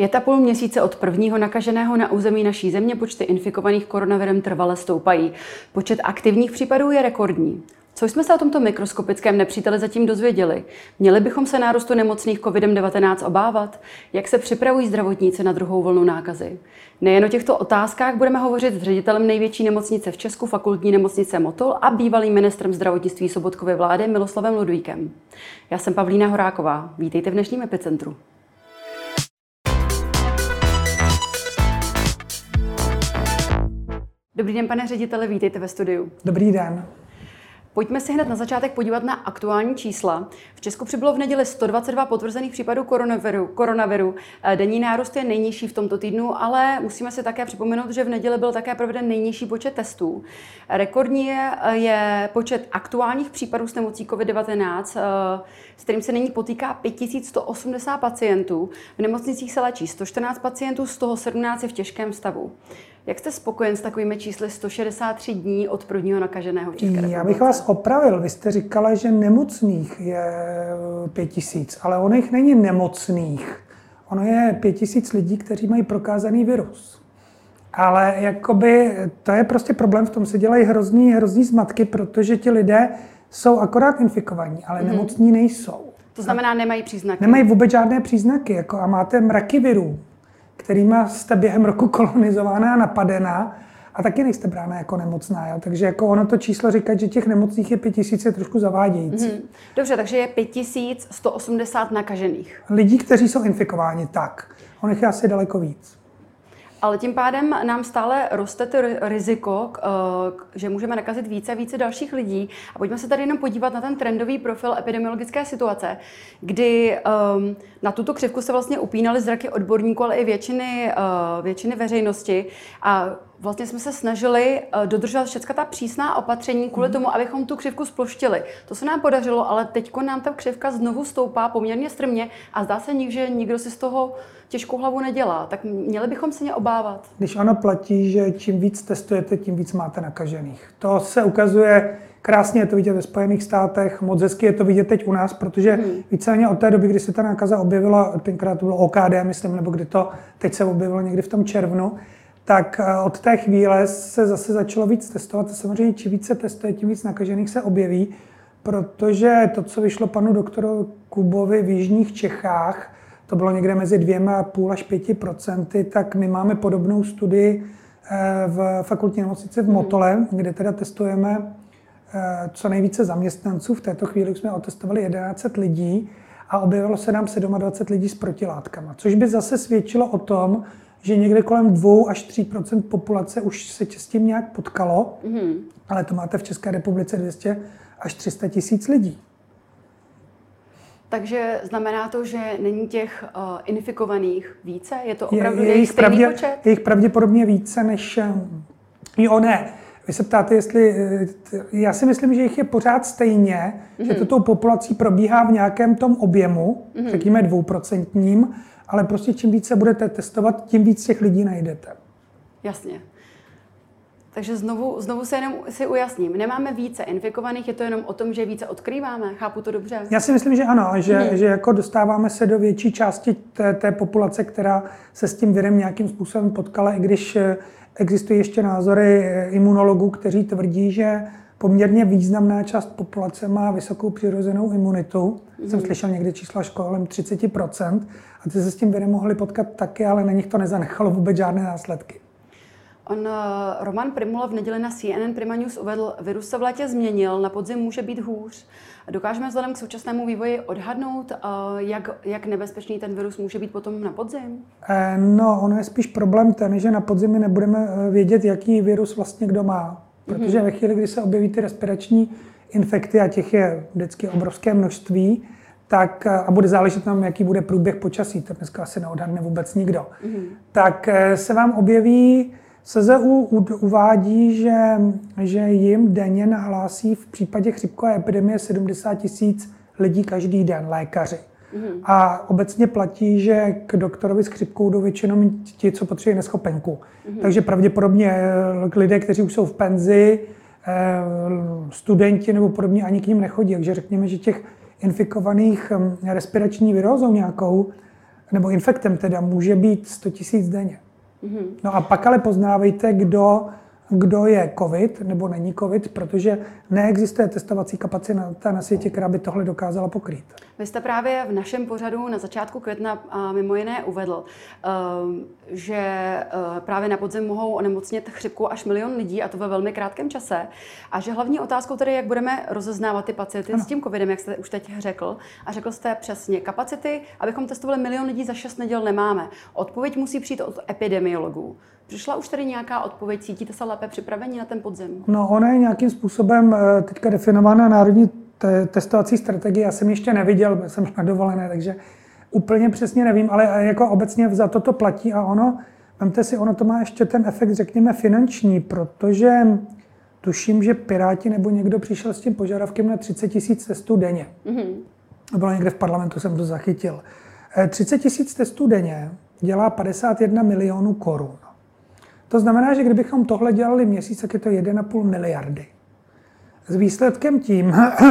5,5 měsíce od prvního nakaženého na území naší země počty infikovaných koronavirem trvale stoupají. Počet aktivních případů je rekordní. Co jsme se o tomto mikroskopickém nepříteli zatím dozvěděli? Měli bychom se nárůstu nemocných COVID-19 obávat? Jak se připravují zdravotníci na druhou vlnu nákazy? Nejen o těchto otázkách budeme hovořit s ředitelem největší nemocnice v Česku, fakultní nemocnice Motol, a bývalým ministrem zdravotnictví Sobotkovy vlády Miloslavem Ludvíkem. Já jsem Pavlína Horáková. Vítejte v dnešním Epicentru. Dobrý den, pane řediteli, vítejte ve studiu. Dobrý den. Pojďme si hned na začátek podívat na aktuální čísla. V Česku přibylo v neděli 122 potvrzených případů koronaviru. Denní nárůst je nejnižší v tomto týdnu, ale musíme si také připomenout, že v neděli byl také proveden nejnižší počet testů. Rekordní je počet aktuálních případů s nemocí COVID-19, s kterým se nyní potýká 5180 pacientů. V nemocnicích se léčí 114 pacientů, z toho 17 je v těžkém stavu. Jak jste spokojen s takovými čísly 163 dní od prvního nakaženého v České republice? Já bych vás opravil. Vy jste říkala, že nemocných je 5000, ale ono jich není nemocných. Ono je 5000 lidí, kteří mají prokázaný virus. Ale jakoby to je prostě problém, v tom se dělají hrozný zmatky, protože ti lidé jsou akorát infikovaní, ale nemocní nejsou. To znamená, nemají příznaky? Nemají vůbec žádné příznaky, a máte mraky virů, kterýma jste během roku kolonizována a napadená, a taky nejste brána jako nemocná. Jo? Takže ono to číslo říkat, že těch nemocných je 5000, je trošku zavádějící. Dobře, takže je 5180 nakažených. Lidí, kteří jsou infikováni, tak. On jich je asi daleko víc. Ale tím pádem nám stále roste to riziko, že můžeme nakazit více a více dalších lidí. A pojďme se tady jenom podívat na ten trendový profil epidemiologické situace, kdy na tuto křivku se vlastně upínaly zraky odborníků, ale i většiny veřejnosti. A vlastně jsme se snažili dodržovat všechna ta přísná opatření kvůli tomu, abychom tu křivku sploštili. To se nám podařilo, ale teď nám ta křivka znovu stoupá poměrně strmě a zdá se, že nikdo si z toho těžkou hlavu nedělá. Tak měli bychom se obávat. Když ono platí, že čím víc testujete, tím víc máte nakažených. To se ukazuje krásně, je to vidět ve Spojených státech, moc hezky je to vidět teď u nás, protože víceméně od té doby, kdy se ta nákaza objevila, tenkrát to bylo OKD, myslím, nebo kdy to teď se objevilo někdy v tom červnu, tak od té chvíle se zase začalo víc testovat. A samozřejmě, čím více testuje, tím víc nakažených se objeví, protože to, co vyšlo panu doktoru Kubovi v jižních Čechách, to bylo někde mezi 2,5 až 5%, tak my máme podobnou studii v fakultní nemocnici v Motole, kde teda testujeme co nejvíce zaměstnanců. V této chvíli jsme otestovali 1100 lidí a objevilo se nám 27 lidí s protilátkama, což by zase svědčilo o tom, že někde kolem 2 až 3% populace už se s tím nějak potkalo, ale to máte v České republice 200 až 300 tisíc lidí. Takže znamená to, že není těch infikovaných více? Je to opravdu jejich stejný počet? Je jich pravděpodobně více než... Jo, ne. Vy se ptáte, jestli... Já si myslím, že jich je pořád stejně, že to tou populací probíhá v nějakém tom objemu, řekněme 2%, ale prostě čím více budete testovat, tím víc těch lidí najdete. Jasně. Takže znovu se jenom si ujasním. Nemáme více infikovaných, je to jenom o tom, že více odkrýváme? Chápu to dobře? Já si myslím, že ano, že jako dostáváme se do větší části té populace, která se s tím virem nějakým způsobem potkala, i když existují ještě názory imunologů, kteří tvrdí, že poměrně významná část populace má vysokou přirozenou imunitu. Jsem slyšel někdy čísla až kolem 30%. A ty se s tím virem mohli potkat taky, ale na nich to nezanechalo vůbec žádné následky. Roman Prymula v neděli na CNN Prima News uvedl, virus se v létě změnil, na podzim může být hůř. Dokážeme vzhledem k současnému vývoji odhadnout, jak nebezpečný ten virus může být potom na podzim? No, ono je spíš problém ten, že na podzim nebudeme vědět, jaký virus vlastně kdo má. Protože ve chvíli, kdy se objeví ty respirační infekty, a těch je vždycky obrovské množství, tak, a bude záležet nám, jaký bude průběh počasí, to dneska asi neodhadne vůbec nikdo, tak se vám objeví, SZU uvádí, že jim denně nahlásí v případě chřipkové epidemie 70 000 lidí každý den, lékaři. A obecně platí, že k doktorovi s chřipkou jdou většinou ti, co potřebují neschopenku. Takže pravděpodobně lidé, kteří už jsou v penzi, studenti nebo podobně, ani k ním nechodí. Takže řekněme, že těch infikovaných respirační virózou nějakou nebo infektem teda, může být 100 000 denně. No a pak ale poznávejte, kdo je covid nebo není covid, protože neexistuje testovací kapacita na světě, která by tohle dokázala pokrýt. Vy jste právě v našem pořadu na začátku května mimo jiné uvedl, že právě na podzim mohou onemocnit chřipku až 1 000 000 lidí, a to ve velmi krátkém čase. A že hlavní otázkou tedy, jak budeme rozeznávat ty pacienty s tím covidem, jak jste už teď řekl. A řekl jste přesně, kapacity, abychom testovali 1 000 000 lidí za 6 neděl nemáme. Odpověď musí přijít od epidemiologů. Přišla už tady nějaká odpověď? Cítíte se lépe připraveni na ten podzim? No, ona je nějakým způsobem teďka definována národní testovací strategie. Já jsem ještě neviděl, jsem na dovolené, takže úplně přesně nevím, ale jako obecně za to platí a ono, vemte si, ono to má ještě ten efekt, řekněme, finanční, protože tuším, že Piráti nebo někdo přišel s tím požadavkem na 30 000 testů denně. Bylo někde v parlamentu, jsem to zachytil. 30 000 testů denně dělá 51 milionů korun. To znamená, že kdybychom tohle dělali měsíc, tak je to 1,5 miliardy. S výsledkem tím,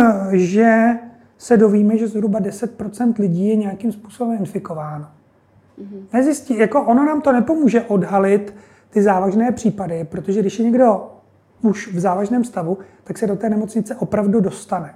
že se dovíme, že zhruba 10% lidí je nějakým způsobem infikováno. Nezjistí, jako ono nám to nepomůže odhalit ty závažné případy, protože když je někdo už v závažném stavu, tak se do té nemocnice opravdu dostane.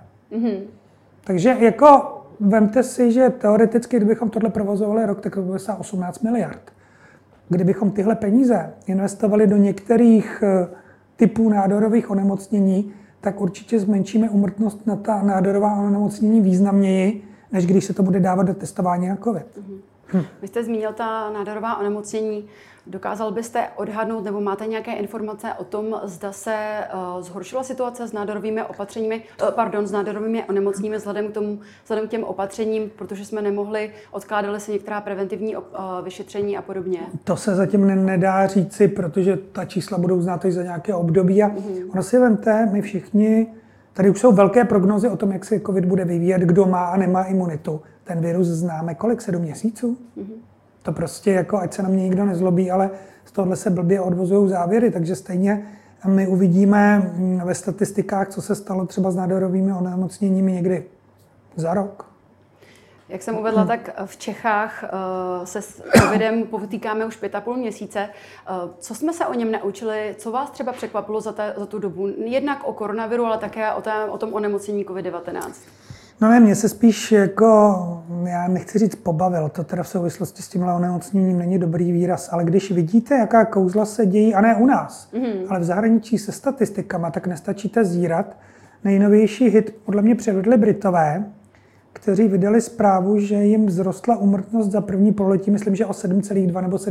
Takže jako vemte si, že teoreticky, kdybychom tohle provozovali rok, tak to by bylo 18 miliard. Kdybychom tyhle peníze investovali do některých typů nádorových onemocnění, tak určitě zmenšíme úmrtnost na ta nádorová onemocnění významněji, než když se to bude dávat do testování na COVID. Vy jste zmínil ta nádorová onemocnění. Dokázal byste odhadnout, nebo máte nějaké informace o tom, zda se zhoršila situace s nádorovými opatřeními, s nádorovými onemocněními vzhledem k těm opatřením, protože jsme nemohli, odkládali se některá preventivní vyšetření a podobně? To se zatím nedá říci, protože ta čísla budou znát až za nějaké období. A ono si vemte, my všichni, tady už jsou velké prognózy o tom, jak se COVID bude vyvíjet, kdo má a nemá imunitu. Ten virus známe kolik? 7 měsíců? To prostě jako, ať se na mě nikdo nezlobí, ale z tohohle se blbě odvozují závěry, takže stejně my uvidíme ve statistikách, co se stalo třeba s nádorovými onemocněními někdy za rok. Jak jsem uvedla, tak v Čechách se s covidem potýkáme už 5,5 měsíce. Co jsme se o něm naučili? Co vás třeba překvapilo za tu dobu? Jednak o koronaviru, ale také o tom onemocnění COVID-19. No ne, mě se spíš jako, já nechci říct pobavil, to teda v souvislosti s tímhle onemocněním není dobrý výraz, ale když vidíte, jaká kouzla se dějí, a ne u nás, ale v zahraničí se statistikama, tak nestačíte zírat. Nejnovější hit podle mě předvedli Britové, kteří vydali zprávu, že jim vzrostla úmrtnost za první pololetí, myslím, že o 7,2 nebo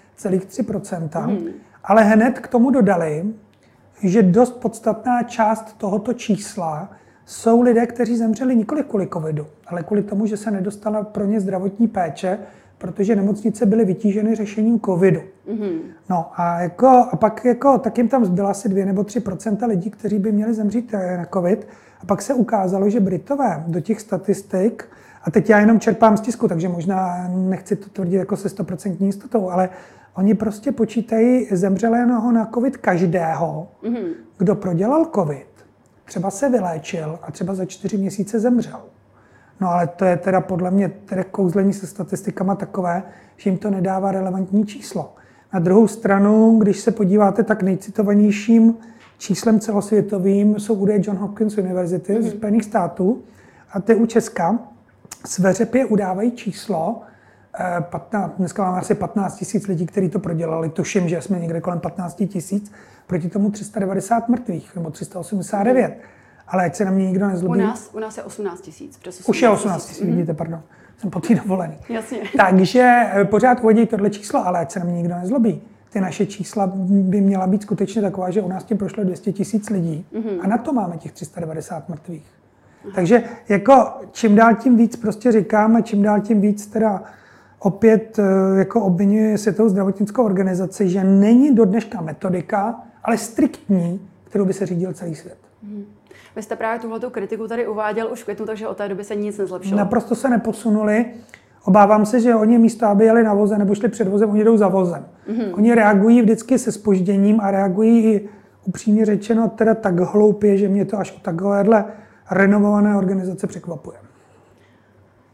7,3%. Ale hned k tomu dodali, že dost podstatná část tohoto čísla jsou lidé, kteří zemřeli nikoli kvůli covidu, ale kvůli tomu, že se nedostala pro ně zdravotní péče, protože nemocnice byly vytíženy řešením covidu. No a pak tak jim tam zbyla asi 2 nebo 3% lidí, kteří by měli zemřít na covid. A pak se ukázalo, že Britové do těch statistik, a teď já jenom čerpám z tisku, takže možná nechci to tvrdit jako se 100% jistotou, ale oni prostě počítají zemřelého na covid každého, kdo prodělal covid, třeba se vyléčil a třeba za 4 měsíce zemřel. No ale to je teda podle mě teda kouzlení se statistikama takové, že jim to nedává relevantní číslo. Na druhou stranu, když se podíváte, tak nejcitovanějším číslem celosvětovým jsou údaje John Hopkins University ze Spojených států a ty u Česka sveřepě udávají číslo, dneska máme asi 15 000 lidí, kteří to prodělali, tuším, že jsme někde kolem 15 000, proti tomu 390 mrtvých, nebo 389. Ale ať se na mě nikdo nezlobí. U nás je 18 000. Už je 18 000, vidíte, pardon. Jsem po té dovolený. Jasně. Takže pořád uvedí tohle číslo, ale ať se na mě nikdo nezlobí. Ty naše čísla by měla být skutečně taková, že u nás tím prošlo 200 000 lidí a na to máme těch 390 mrtvých. Takže jako čím dál tím víc prostě říkáme, čím dál tím víc teda opět jako obviňuje Světovou zdravotnickou organizaci, že není do dneška metodika, ale striktní, kterou by se řídil celý svět. Vy jste právě tuhletu kritiku tady uváděl už v květnu, takže od té doby se nic nezlepšilo. Naprosto se neposunuli. Obávám se, že oni místo, aby jeli na voze nebo šli před vozem, oni jdou za vozem. Oni reagují vždycky se zpožděním a reagují i upřímně řečeno teda tak hloupě, že mě to až u takovéhle renomované organizace překvapuje.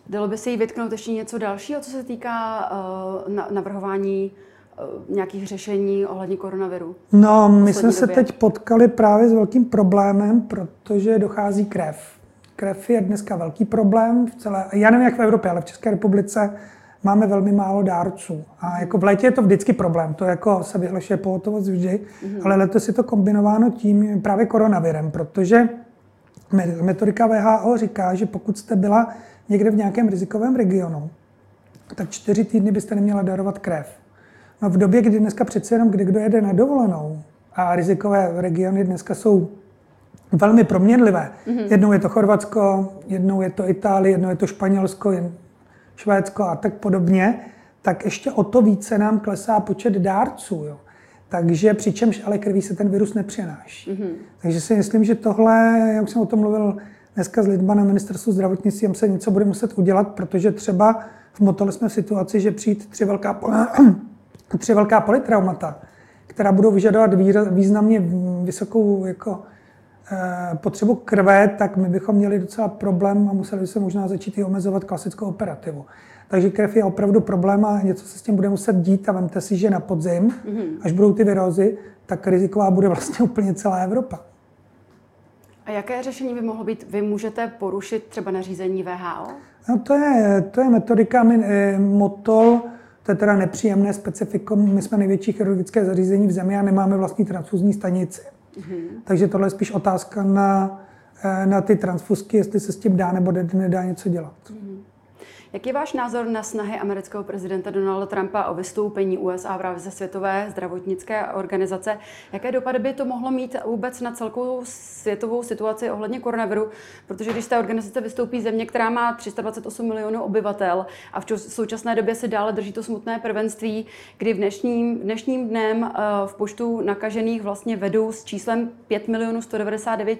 Dalo by se jí vytknout ještě něco dalšího, co se týká navrhování nějakých řešení ohledně koronaviru? No, my jsme se teď potkali právě s velkým problémem, protože dochází krev. Krev je dneska velký problém v celé, já nevím jak v Evropě, ale v České republice máme velmi málo dárců. A jako v létě je to vždycky problém, to jako se vyhlašuje pohotovost vždy, ale letos je to kombinováno tím právě koronavirem, protože metodika WHO říká, že pokud jste byla někde v nějakém rizikovém regionu, tak 4 týdny byste neměla darovat krev. No v době, kdy dneska přece jenom kdo jede na dovolenou a rizikové regiony dneska jsou velmi proměnlivé. Jednou je to Chorvatsko, jednou je to Itálie, jednou je to Španělsko, Švédsko a tak podobně, tak ještě o to více nám klesá počet dárců. Jo. Takže přičemž ale krví se ten virus nepřenáší. Takže si myslím, že tohle, já už jsem o tom mluvil dneska s lidma na ministerstvu zdravotnictví, se něco bude muset udělat, protože třeba v Motole jsme v situaci, že přijít 3 velká polytraumata, která budou vyžadovat významně vysokou jako, potřebu krve, tak my bychom měli docela problém a museli by se možná začít i omezovat klasickou operativu. Takže krev je opravdu problém a něco se s tím bude muset dít a vemte si, že na podzim, až budou ty virózy, tak riziková bude vlastně úplně celá Evropa. A jaké řešení by mohlo být? Vy můžete porušit třeba nařízení WHO? No to je metodika Motol, to je teda nepříjemné specifikum. My jsme největší chirurgické zařízení v zemi a nemáme vlastní transfuzní stanici. Takže tohle je spíš otázka na ty transfuzky, jestli se s tím dá nebo nedá něco dělat. Jaký je váš názor na snahy amerického prezidenta Donalda Trumpa o vystoupení USA právě ze Světové zdravotnické organizace? Jaké dopady by to mohlo mít vůbec na celkovou světovou situaci ohledně koronaviru? Protože když z té organizace vystoupí země, která má 328 milionů obyvatel a v současné době se dále drží to smutné prvenství, kdy v dnešním dnem v počtu nakažených vlastně vedou s číslem 5 199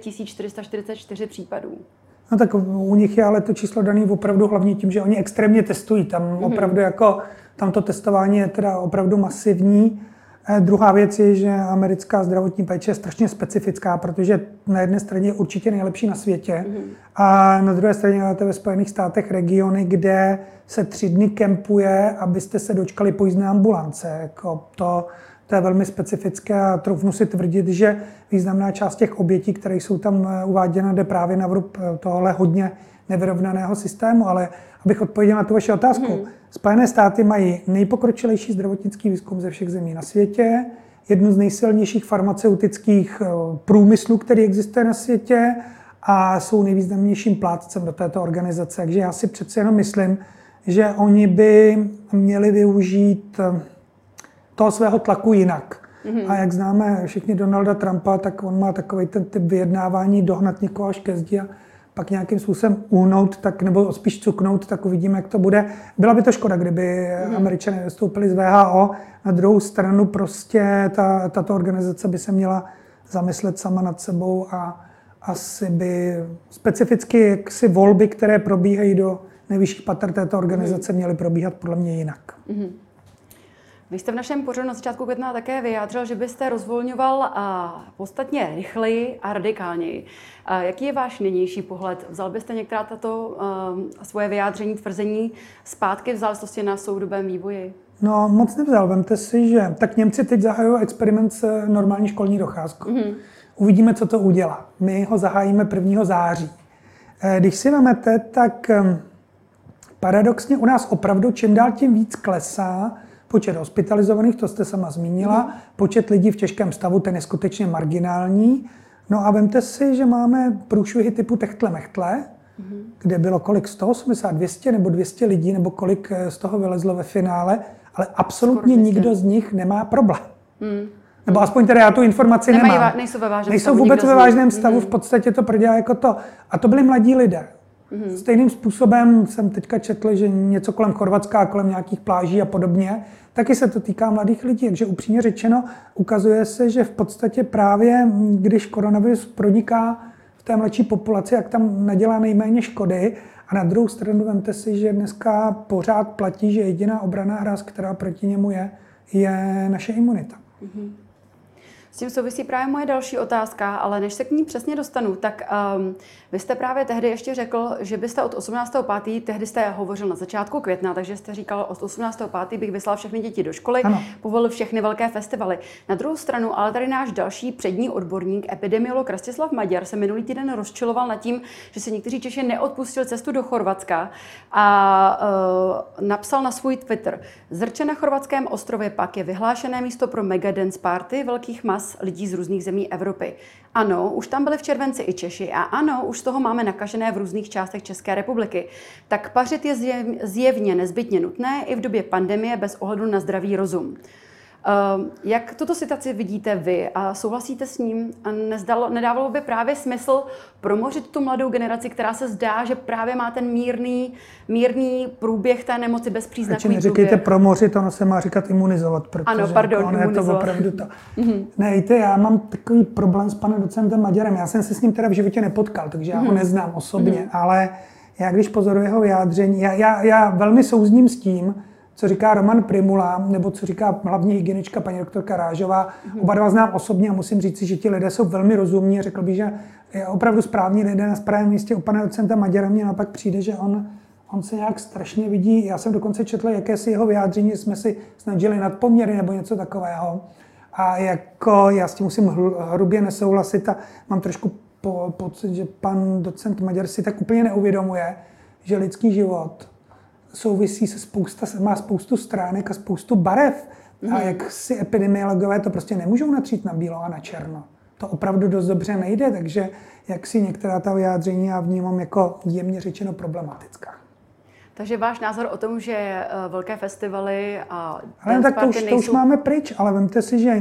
444 případů. No tak u nich je ale to číslo dané opravdu hlavně tím, že oni extrémně testují. Tam opravdu jako, tam to testování je teda opravdu masivní. Druhá věc je, že americká zdravotní péče je strašně specifická, protože na jedné straně je určitě nejlepší na světě a na druhé straně máte ve Spojených státech regiony, kde se 3 dny kempuje, abyste se dočkali pojízdné ambulance. Jako to je velmi specifické a troufnu si tvrdit, že významná část těch obětí, které jsou tam uváděna, jde právě na vrub tohle hodně nevyrovnaného systému. Ale abych odpověděl na tu vaši otázku, Spojené státy mají nejpokročilejší zdravotnický výzkum ze všech zemí na světě, jednu z nejsilnějších farmaceutických průmyslů, který existuje na světě a jsou nejvýznamnějším plátcem do této organizace. Takže já si přece jenom myslím, že oni by měli využít toho svého tlaku jinak. A jak známe všichni Donalda Trumpa, tak on má takový ten typ vyjednávání, dohnat někoho až ke zdi a pak nějakým způsobem uhnout, tak, nebo spíš cuknout, tak uvidíme, jak to bude. Byla by to škoda, kdyby Američané vystoupili z WHO. Na druhou stranu prostě tato organizace by se měla zamyslet sama nad sebou a asi by specificky jaksi volby, které probíhají do nejvyšších pater této organizace, měly probíhat podle mě jinak. Vy jste v našem pořadu na začátku května také vyjádřil, že byste rozvolňoval podstatně rychleji a radikálněji. Jaký je váš nynější pohled? Vzal byste některá tato svoje vyjádření, tvrzení zpátky v závislosti na soudobém vývoji? No, moc nevzal. Vemte si, že tak Němci teď zahajují experiment s normální školní docházkou. Uvidíme, co to udělá. My ho zahájíme 1. září. Když si vezmete, tak paradoxně u nás opravdu čím dál tím víc klesá počet hospitalizovaných, to jste sama zmínila, počet lidí v těžkém stavu, ten je skutečně marginální. No a vemte si, že máme průšvihy typu techtle-mechtle, kde bylo kolik, 180, 200 nebo 200 lidí, nebo kolik z toho vylezlo ve finále, ale absolutně nikdo z nich nemá problém. Nebo aspoň teda já tu informaci nemám. Nejsou vůbec ve vážném stavu, v podstatě to prodělá jako to. A to byli mladí lidé. Stejným způsobem jsem teďka četl, že něco kolem Chorvatska, kolem nějakých pláží a podobně, taky se to týká mladých lidí. Takže upřímně řečeno, ukazuje se, že v podstatě právě, když koronavirus proniká v té mladší populaci, jak tam nadělá nejméně škody. A na druhou stranu vemte si, že dneska pořád platí, že jediná obranná hráz, která proti němu je naše imunita. S tím souvisí právě moje další otázka, ale než se k ní přesně dostanu, tak vy jste právě tehdy ještě řekl, že byste od 18.5., tehdy jste hovořil na začátku května, takže jste říkal, od 18.5. bych vyslal všechny děti do školy, povolil všechny velké festivaly. Na druhou stranu, ale tady náš další přední odborník, epidemiolog Rastislav Maďar, se minulý týden rozčiloval nad tím, že si někteří Češi neodpustili cestu do Chorvatska a napsal na svůj Twitter: Zrče na chorvatském ostrově pak je vyhlášené místo pro megadance party velkých mas lidí z různých zemí Evropy. Ano, už tam byli v červenci i Češi a ano, už z toho máme nakažené v různých částech České republiky. Tak pařit je zjevně nezbytně nutné i v době pandemie bez ohledu na zdravý rozum. Jak tuto situaci vidíte vy a souhlasíte s ním? A nedávalo by právě smysl promořit tu mladou generaci, která se zdá, že právě má ten mírný průběh té nemoci, bezpříznakový průběh? Neříkejte promořit, ono se má říkat imunizovat, protože ano, pardon, imunizovat. Je to opravdu to. Ne, víte, já mám takový problém s panem docentem Maďarem. Já jsem se s ním teda v životě nepotkal, takže já ho neznám osobně, ale já když pozoruji jeho vyjádření, já velmi souzním s tím, co říká Roman Primula, nebo co říká hlavní hygienička paní doktorka Rážová. Oba dva znám osobně a musím říct, že ti lidé jsou velmi rozumní. Řekl bych, že je opravdu správní lidé na správném místě. U pana docenta Maďara mně naopak přijde, že on se nějak strašně vidí. Já jsem dokonce četl jakési jeho vyjádření, jsme si snažili nadpoměry nebo něco takového. A jako já s tím musím hrubě nesouhlasit a mám trošku pocit, že pan docent Maďar si tak úplně neuvědomuje, že lidský život souvisí má spoustu stránek a spoustu barev. A jak si epidemiologové to prostě nemůžou natřít na bílo a na černo. To opravdu dost dobře nejde, takže jak si některá ta vyjádření já vnímám jako jemně řečeno problematická. Takže váš názor o tom, že velké festivaly a ale tak to už máme pryč, ale vemte si, že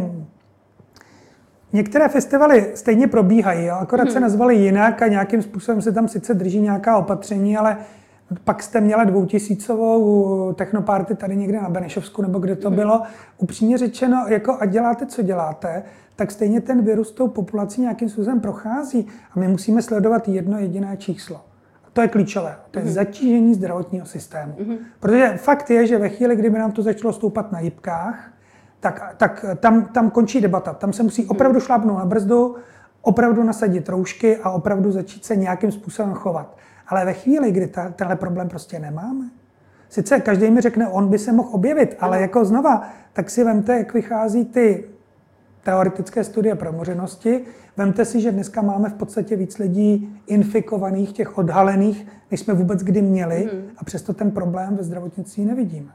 některé festivaly stejně probíhají, jo? Akorát se nazvaly jinak a nějakým způsobem se tam sice drží nějaká opatření, ale pak jste měla 2000 technoparty tady někde na Benešovsku, nebo kde to bylo. Upřímně řečeno, jako a děláte, co děláte, tak stejně ten virus tou populací nějakým způsobem prochází. A my musíme sledovat jedno jediné číslo. A to je klíčové. To je zatížení zdravotního systému. Protože fakt je, že ve chvíli, kdyby nám to začalo stoupat na jipkách, tak tam končí debata. Tam se musí opravdu šlápnout na brzdu, opravdu nasadit roušky a opravdu začít se nějakým způsobem chovat. Ale ve chvíli, kdy tenhle problém prostě nemáme, sice každý mi řekne, on by se mohl objevit, ale jako znova, tak si vemte, jak vychází ty teoretické studie promořenosti. Vemte si, že dneska máme v podstatě víc lidí infikovaných, těch odhalených, než jsme vůbec kdy měli a přesto ten problém ve zdravotnictví nevidíme.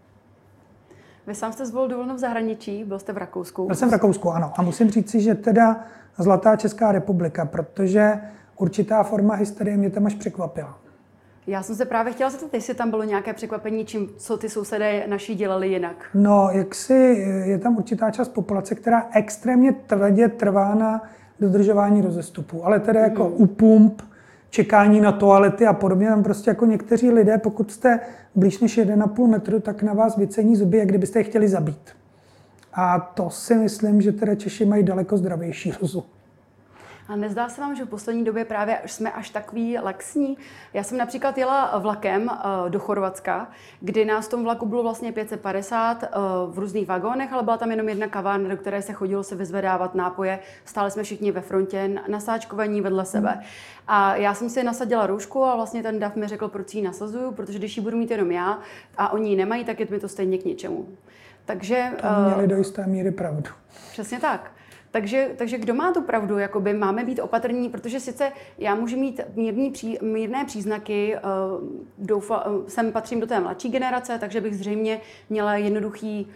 Vy sám jste zvolil dovolenou v zahraničí, byl jste v Rakousku. Byl jsem v Rakousku, ano. A musím říct si, že teda zlatá Česká republika, protože určitá forma hysterie mě tam až překvapila. Já jsem se právě chtěla zeptat, jestli tam bylo nějaké překvapení, co ty sousedé naši dělali jinak. No, je tam určitá část populace, která extrémně tvrdě trvá na dodržování rozestupů. Ale teda jako u pump, čekání na toalety a podobně, tam prostě jako někteří lidé, pokud jste blíž než 1,5 metru, tak na vás vycení zuby, jak kdybyste je chtěli zabít. A to si myslím, že teda Češi mají daleko zdravější rozum. A nezdá se vám, že v poslední době právě jsme až takový laxní? Já jsem například jela vlakem do Chorvatska, kdy nás v tom vlaku bylo vlastně 550 v různých vagónech, ale byla tam jenom jedna kavárna, do které se chodilo se vyzvedávat nápoje. Stáli jsme všichni ve frontě, nasáčkovaní vedle sebe. A já jsem si nasadila roušku a vlastně ten dav mi řekl, proč ji nasazuju, protože když ji budu mít jenom já a oni ji nemají, tak je mi to stejně k ničemu. Takže tam měli do jisté míry pravdu. Přesně tak. Takže kdo má tu pravdu? Jakoby máme být opatrní, protože sice já můžu mít mírné příznaky, patřím do té mladší generace, takže bych zřejmě měla jednoduchý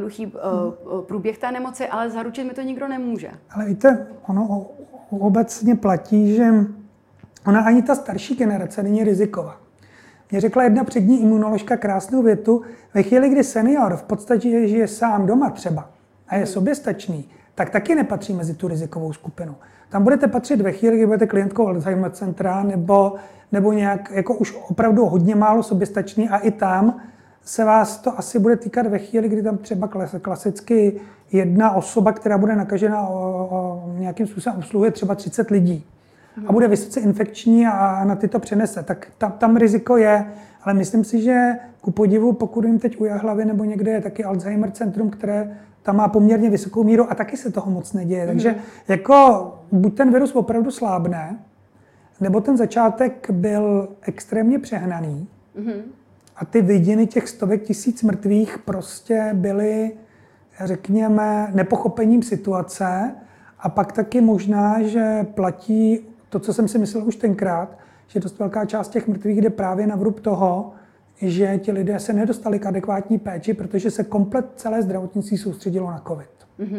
průběh té nemoci, ale zaručit mi to nikdo nemůže. Ale víte, ono obecně platí, že ona ani ta starší generace není riziková. Mě řekla jedna přední imunoložka krásnou větu, ve chvíli, kdy senior v podstatě žije sám doma třeba a je soběstačný, tak taky nepatří mezi tu rizikovou skupinu. Tam budete patřit ve chvíli, kdy budete klientkou Alzheimer centra nebo nějak jako už opravdu hodně málo soběstačný a i tam se vás to asi bude týkat ve chvíli, kdy tam třeba klasicky jedna osoba, která bude nakažena nějakým způsobem obsluhuje třeba 30 lidí a bude vysoce infekční a na ty to přenese. Tak tam riziko je, ale myslím si, že ku podivu, pokud jim teď u Jihlavy nebo někde je taky Alzheimer centrum, které ta má poměrně vysokou míru a taky se toho moc neděje. Takže jako buď ten virus opravdu slábne, nebo ten začátek byl extrémně přehnaný a ty vidiny těch stovek tisíc mrtvých prostě byly, řekněme, nepochopením situace a pak taky možná, že platí to, co jsem si myslel už tenkrát, že dost velká část těch mrtvých jde právě na vrub toho, že ti lidé se nedostali k adekvátní péči, protože se komplet celé zdravotnictví soustředilo na covid.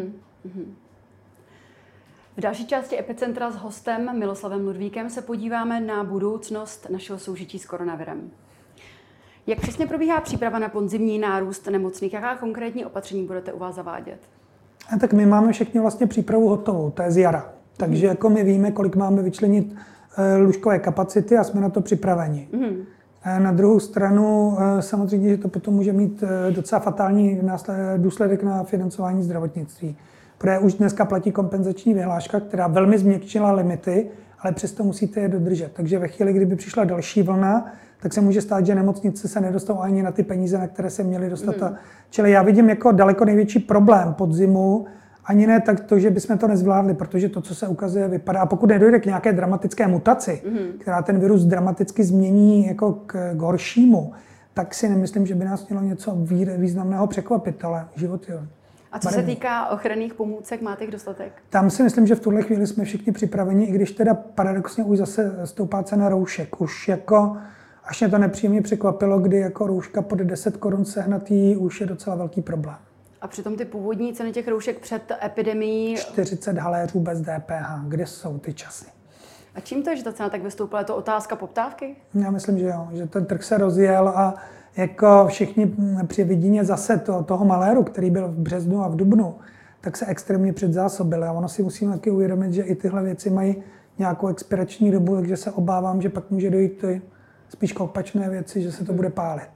V další části Epicentra s hostem Miloslavem Ludvíkem se podíváme na budoucnost našeho soužití s koronavirem. Jak přesně probíhá příprava na podzimní nárůst nemocných? Jaká konkrétní opatření budete u vás zavádět? Tak my máme všichni vlastně přípravu hotovou, to je z jara. Takže jako my víme, kolik máme vyčlenit lůžkové kapacity a jsme na to připraveni. Na druhou stranu samozřejmě, že to potom může mít docela fatální důsledek na financování zdravotnictví. Protože už dneska platí kompenzační vyhláška, která velmi změkčila limity, ale přesto musíte je dodržet. Takže ve chvíli, kdyby přišla další vlna, tak se může stát, že nemocnice se nedostanou ani na ty peníze, na které se měly dostat. Čili já vidím jako daleko největší problém podzimu, ani ne tak to, že bychom to nezvládli, protože to, co se ukazuje, vypadá. A pokud nedojde k nějaké dramatické mutaci, která ten virus dramaticky změní jako k horšímu, tak si nemyslím, že by nás mělo něco významného překvapit, ale život jo. A co se týká ochranných pomůcek, máte jich dostatek? Tam si myslím, že v tuhle chvíli jsme všichni připraveni, i když teda paradoxně už zase stoupá cena roušek. Už jako, až mě to nepříjemně překvapilo, kdy jako rouška pod 10 korun sehnatý už je docela velký problém. A přitom ty původní ceny těch roušek před epidemií... 40 haléřů bez DPH. Kde jsou ty časy? A čím to je, že ta cena tak vystoupila? Je to otázka poptávky? Já myslím, že jo. Že ten trh se rozjel a jako všichni při vidině zase toho maléru, který byl v březnu a v dubnu, tak se extrémně předzásobili. A ono si musíme taky uvědomit, že i tyhle věci mají nějakou expirační dobu, takže se obávám, že pak může dojít spíš k opačné věci, že se to bude pálit.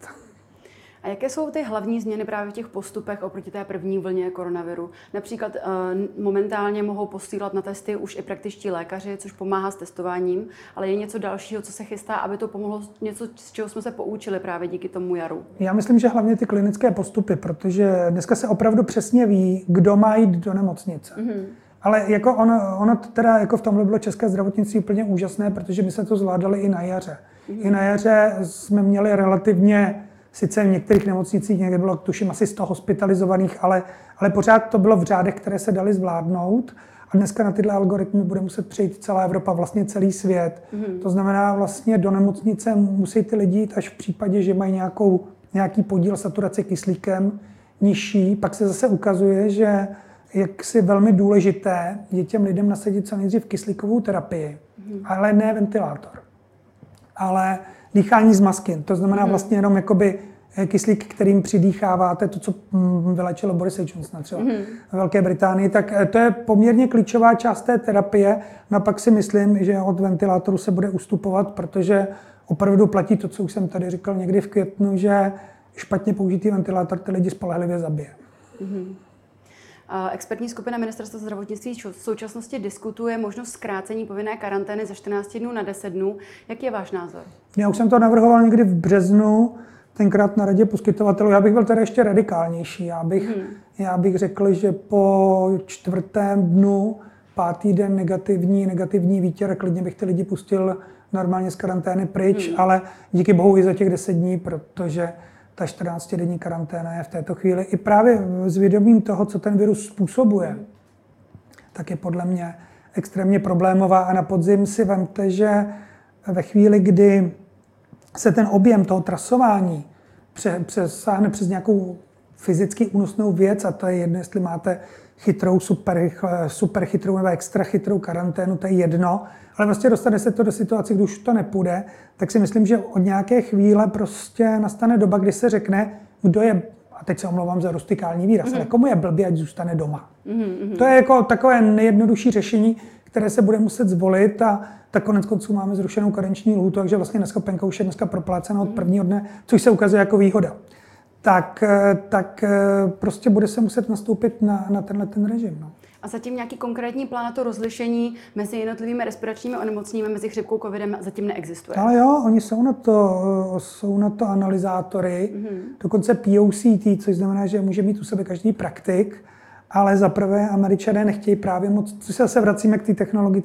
A jaké jsou ty hlavní změny právě v těch postupech oproti té první vlně koronaviru? Například momentálně mohou posílat na testy už i praktičtí lékaři, což pomáhá s testováním, ale je něco dalšího, co se chystá, aby to pomohlo, něco, z čeho jsme se poučili právě díky tomu jaru? Já myslím, že hlavně ty klinické postupy, protože dneska se opravdu přesně ví, kdo má jít do nemocnice. Ale jako ono teda jako v tomhle bylo české zdravotnictví úplně úžasné, protože my jsme to zvládali i na jaře. I na jaře jsme měli relativně, sice v některých nemocnicích někde bylo, tuším, asi 100 hospitalizovaných, ale pořád to bylo v řádech, které se daly zvládnout. A dneska na tyhle algoritmy bude muset přejít celá Evropa, vlastně celý svět. To znamená, vlastně do nemocnice musí ty lidi jít až v případě, že mají nějaký podíl saturace kyslíkem nižší. Pak se zase ukazuje, že jaksi velmi důležité je těm lidem nasadit co nejdřív kyslíkovou terapii, ale ne ventilátor, ale dýchání z masky. To znamená vlastně jenom jakoby kyslík, kterým přidýcháváte, to, co vylečilo Boris Johnson třeba ve Velké Británii, tak to je poměrně klíčová část té terapie. No a pak si myslím, že od ventilátoru se bude ustupovat, protože opravdu platí to, co už jsem tady říkal někdy v květnu, že špatně použitý ventilátor ty lidi spolehlivě zabije. Expertní skupina Ministerstva zdravotnictví v současnosti diskutuje možnost zkrácení povinné karantény ze 14 dnů na 10 dnů. Jaký je váš názor? Já už jsem to navrhoval někdy v březnu, tenkrát na radě poskytovatelů. Já bych byl teda ještě radikálnější. Já bych řekl, že po 4. dnu, 5. den negativní výtěr, klidně bych ty lidi pustil normálně z karantény pryč, ale díky bohu i za těch 10 dní, protože ta 14denní karanténa je v této chvíli i právě s vědomím toho, co ten virus způsobuje, tak je podle mě extrémně problémová. A na podzim si vemte, že ve chvíli, kdy se ten objem toho trasování přesáhne přes nějakou fyzicky únosnou věc, a to je jedno, jestli máte chytrou, super chytrou nebo extra chytrou karanténu, to je jedno, ale prostě dostane se to do situace, kdy už to nepůjde, tak si myslím, že od nějaké chvíle prostě nastane doba, kdy se řekne, kdo je, a teď se omlouvám za rustikální výraz, ale komu je blbě, ať zůstane doma. To je jako takové nejjednodušší řešení, které se bude muset zvolit, a tak konec konců máme zrušenou karenční lhůtu, takže vlastně neschopenka už je dneska proplácena od prvního dne, což se ukazuje jako výhoda. Tak prostě bude se muset nastoupit na ten režim. No. A zatím nějaký konkrétní plán na to rozlišení mezi jednotlivými respiračními onemocněními, mezi chřipkou, covidem zatím neexistuje? Ale jo, oni jsou na to analyzátory, dokonce POCT, což znamená, že může mít u sebe každý praktik. ale zaprvé Američané nechtějí právě moc, což se zase vracíme k té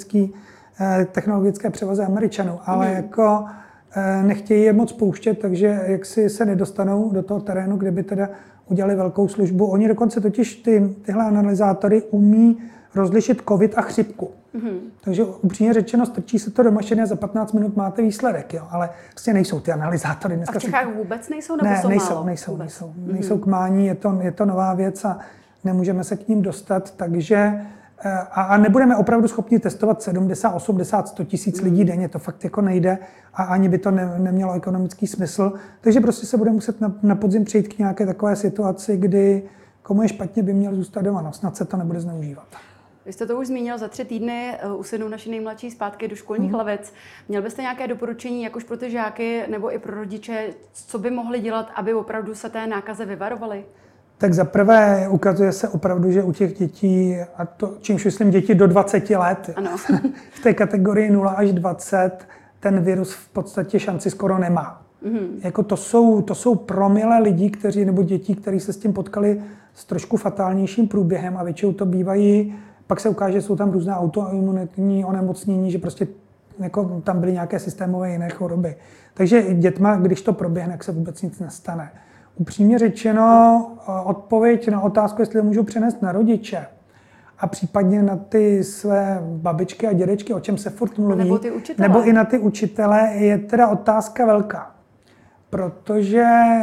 technologické převaze Američanů, ale jako nechtějí je moc pouštět, takže jaksi se nedostanou do toho terénu, kde by teda udělali velkou službu. Oni dokonce totiž tyhle analyzátory umí rozlišit covid a chřipku. Takže upřímně řečeno, strčí se to do mašiny a za 15 minut máte výsledek, jo? Ale vlastně nejsou ty analyzátory. Dneska a v Čechách vůbec nejsou, nebo jsou málo? Nejsou k mání, je to nová věc a nemůžeme se k ním dostat, takže a nebudeme opravdu schopni testovat 70, 80, 100 tisíc lidí denně, to fakt jako nejde a ani by to nemělo ekonomický smysl. Takže prostě se bude muset na podzim přijít k nějaké takové situaci, kdy komu je špatně, by měl zůstat doma, no, snad se to nebude zneužívat. Vy jste to už zmínil, za 3 týdny usednou naši nejmladší zpátky do školních lavic. Měl byste nějaké doporučení, jak už pro ty žáky nebo i pro rodiče, co by mohli dělat, aby opravdu se té nákaze vyvarovali? Tak zaprvé ukazuje se opravdu, že u těch dětí, a to, čímž myslím děti do 20 let, ano. v té kategorii 0 až 20, ten virus v podstatě šanci skoro nemá. Jako to jsou promile lidí, nebo dětí, kteří se s tím potkali s trošku fatálnějším průběhem a většinou to bývají, pak se ukáže, že jsou tam různá autoimunitní onemocnění, že prostě jako tam byly nějaké systémové jiné choroby. Takže dětma, když to proběhne, tak se vůbec nic nestane. Upřímně řečeno, odpověď na otázku, jestli to můžu přenést na rodiče a případně na ty své babičky a dědečky, o čem se furt mluví, nebo i na ty učitele, je teda otázka velká. Protože,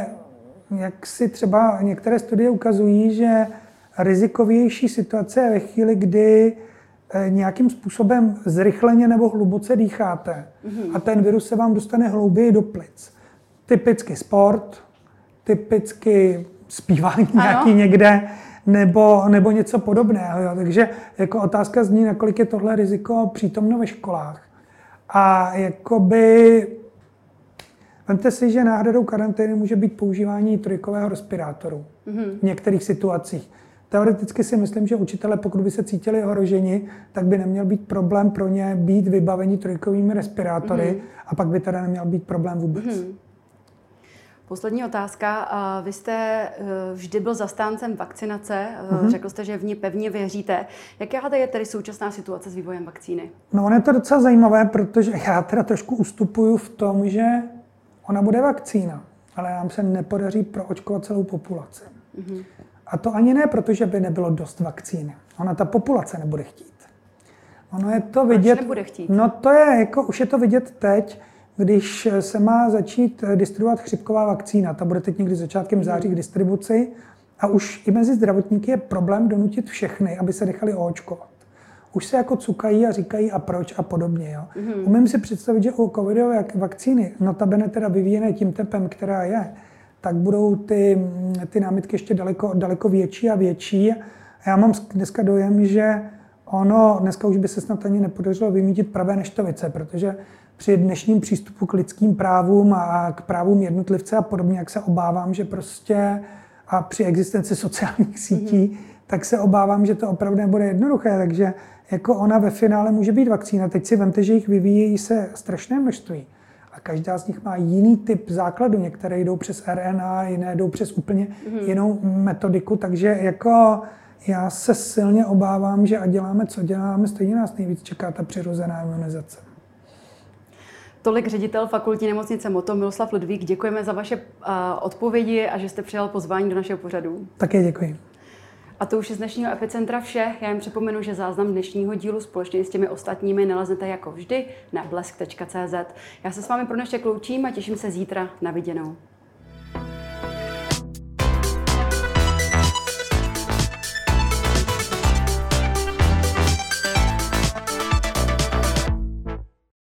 jak si třeba některé studie ukazují, že rizikovější situace je ve chvíli, kdy nějakým způsobem zrychleně nebo hluboce dýcháte a ten virus se vám dostane hlouběji do plic. Typicky sport, typicky zpívání nějaký někde, nebo něco podobného. Jo. Takže jako otázka zní, nakolik je tohle riziko přítomno ve školách. A jakoby vemte si, že náhradou karantény může být používání trojkového respirátoru v některých situacích. Teoreticky si myslím, že učitelé, pokud by se cítili ohroženi, tak by neměl být problém pro ně být vybaveni trojkovými respirátory a pak by teda neměl být problém vůbec. Poslední otázka. Vy jste vždy byl zastáncem vakcinace, řekl jste, že v ní pevně věříte. Jaká je tedy současná situace s vývojem vakcíny? No, ono je to docela zajímavé, protože já teda trošku ustupuju v tom, že ona bude vakcína, ale nám se nepodaří proočkovat celou populaci. A to ani ne, protože by nebylo dost vakcíny. Ona ta populace nebude chtít. Ono je to vidět. Proč nebude chtít? No to je jako, už je to vidět teď, když se má začít distribuovat chřipková vakcína. Ta bude teď někdy začátkem září k distribuci a už i mezi zdravotníky je problém donutit všechny, aby se nechali oočkovat. Už se jako cukají a říkají a proč a podobně. Jo. Umím si představit, že u covidové vakcíny, notabene teda vyvíjené tím tempem, která je, tak budou ty námitky ještě daleko větší a větší. A já mám dneska dojem, že dneska už by se snad ani nepodařilo vymýtit pravé neštovice, protože při dnešním přístupu k lidským právům a k právům jednotlivce a podobně, jak se obávám, že prostě a při existenci sociálních sítí, tak se obávám, že to opravdu nebude jednoduché, takže jako ona ve finále může být vakcína. Teď si vemte, že jich vyvíjejí se strašné množství a každá z nich má jiný typ základu. Některé jdou přes RNA, jiné jdou přes úplně jinou metodiku, takže jako já se silně obávám, že ať děláme, co děláme, stejně nás nejvíc čeká ta přirozená imunizace. Tolik ředitel fakultní nemocnice Motol Miloslav Ludvík. Děkujeme za vaše odpovědi a že jste přijal pozvání do našeho pořadu. Také děkuji. A to už je z dnešního Epicentra vše. Já jen připomenu, že záznam dnešního dílu společně s těmi ostatními naleznete jako vždy na blesk.cz. Já se s vámi pro dnešek loučím a těším se zítra na viděnou.